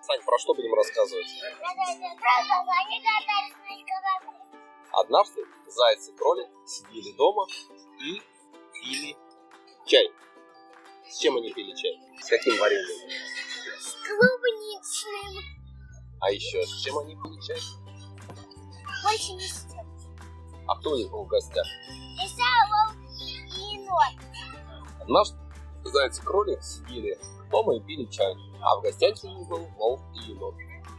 Сань, про что будем рассказывать? Однажды заяц и кролик сидели дома и пили чай. С чем они пили чай? С каким вареньем? С клубничным. А еще с чем они пили чай? Больше не с чем. А кто у них был в гостях? Лиса, волк и енот. Однажды заяц и кролик сидели дома и пили чай, а в гостях у них был волк и енот.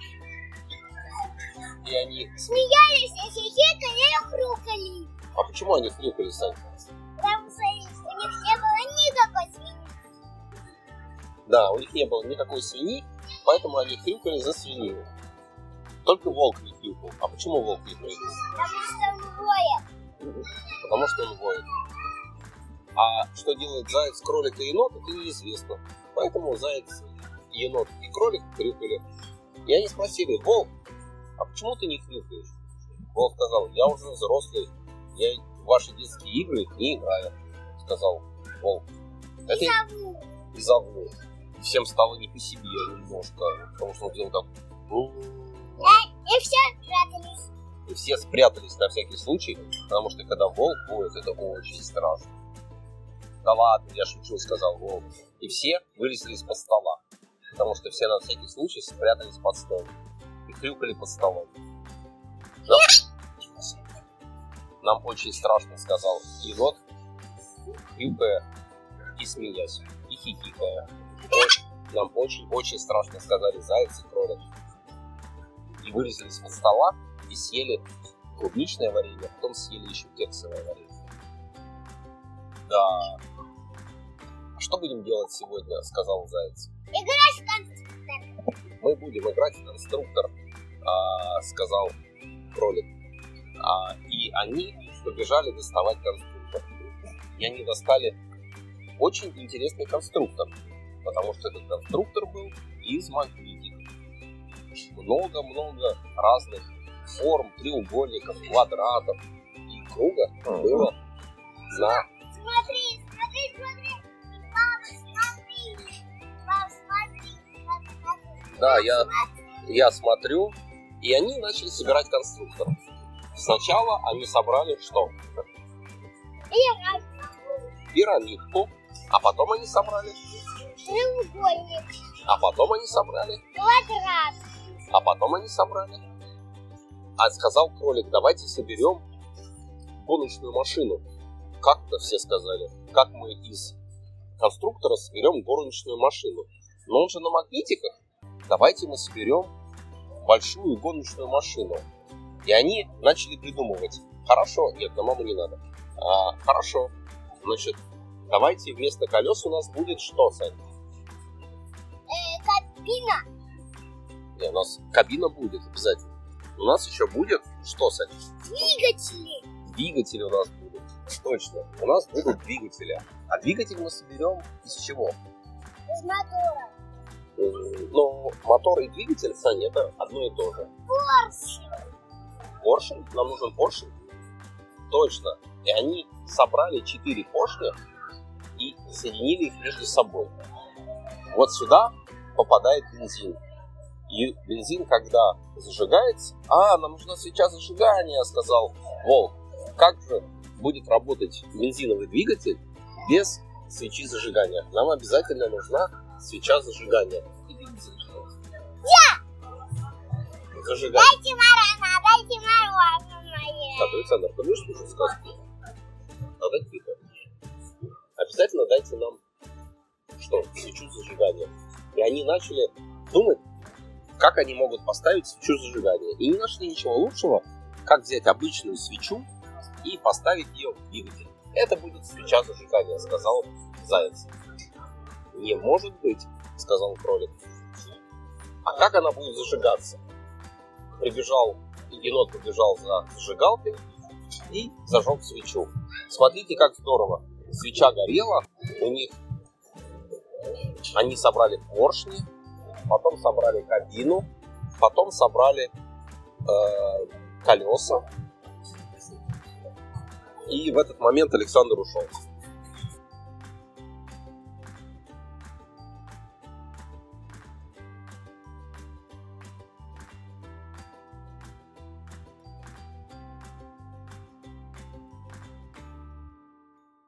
И они смеялись, и хихикали, и хрюкали. А почему они хрюкали, Сань? Потому что у них не было никакой свиньи. Да, у них не было никакой свиньи, поэтому они хрюкали за свинью. Только волк не хрюкал. А почему волк не хрюкал? Потому что он воет. Потому что он воет. А что делает заяц, кролик и енот, это неизвестно. Поэтому заяц, енот и кролик хрюкали. И они спросили: волк, а почему ты не хрюкаешь? Волк сказал: я уже взрослый, я в ваши детские игры не играю, сказал волк. Это и завыл. Всем стало не по себе немножко, потому что он делал так. И все спрятались. И все спрятались на всякий случай, потому что когда волк воет, это очень страшно. Да ладно, я шучу, сказал волк. И все вылезли из-под стола, потому что все на всякий случай спрятались под стол и хрюкали под столом. Нам очень страшно, сказал енот, хрюкая и смеясь, и хихикая. Нам очень-очень страшно, сказали заяц и кролик. И вылезли из-под стола и съели клубничное варенье, а потом съели еще кексовое варенье. Да. А что будем делать сегодня, сказал заяц. Играть в конструктор. Мы будем играть в конструктор, сказал кролик. И они побежали доставать конструктор. И они достали очень интересный конструктор, потому что этот конструктор был из магнитиков. Много-много разных форм, треугольников, квадратов и круга было на... Смотри! Папа, смотри! Да, я смотрю, и они начали собирать конструктор. Сначала они собрали что? Пирамидку, а потом они собрали треугольник, а потом они собрали квадрат, а потом они собрали. А сказал кролик: давайте соберем гоночную машину. Как-то все сказали, как мы из конструктора соберем гоночную машину. Но он же на магнитиках. Давайте мы соберем большую гоночную машину. И они начали придумывать. Хорошо, нет, на маму не надо. Хорошо, значит, давайте вместо колес у нас будет что, Сань? Кабина. Нет, у нас кабина будет обязательно. У нас еще будет что, Сань? Двигатели. Двигатели у нас будут. Точно, у нас будут двигатели. А двигатель мы соберем из чего? Из мотора. Ну, мотор и двигатель, Сань, это одно и то же. Поршень. Поршень? Нам нужен поршень? Точно. И они собрали 4 поршня и соединили их между собой. Вот сюда попадает бензин. И бензин, когда зажигается... нам нужна свеча зажигания, сказал волк. Как же будет работать бензиновый двигатель без свечи зажигания? Нам обязательно нужна свеча зажигания. И бензин. Зажигание. Дайте мороженое. Так, Александр, ты будешь слушать сказку? Тогда тихо. Обязательно дайте нам что? Свечу зажигания. И они начали думать, как они могут поставить свечу зажигания. И не нашли ничего лучшего, как взять обычную свечу и поставить ее в двигатель. Это будет свеча зажигания, сказал заяц. Не может быть, сказал кролик. А как она будет зажигаться? Енот побежал за зажигалкой и зажег свечу. Смотрите, как здорово. Свеча горела, у них они собрали поршни, потом собрали кабину, потом собрали колеса. И в этот момент Александр ушел.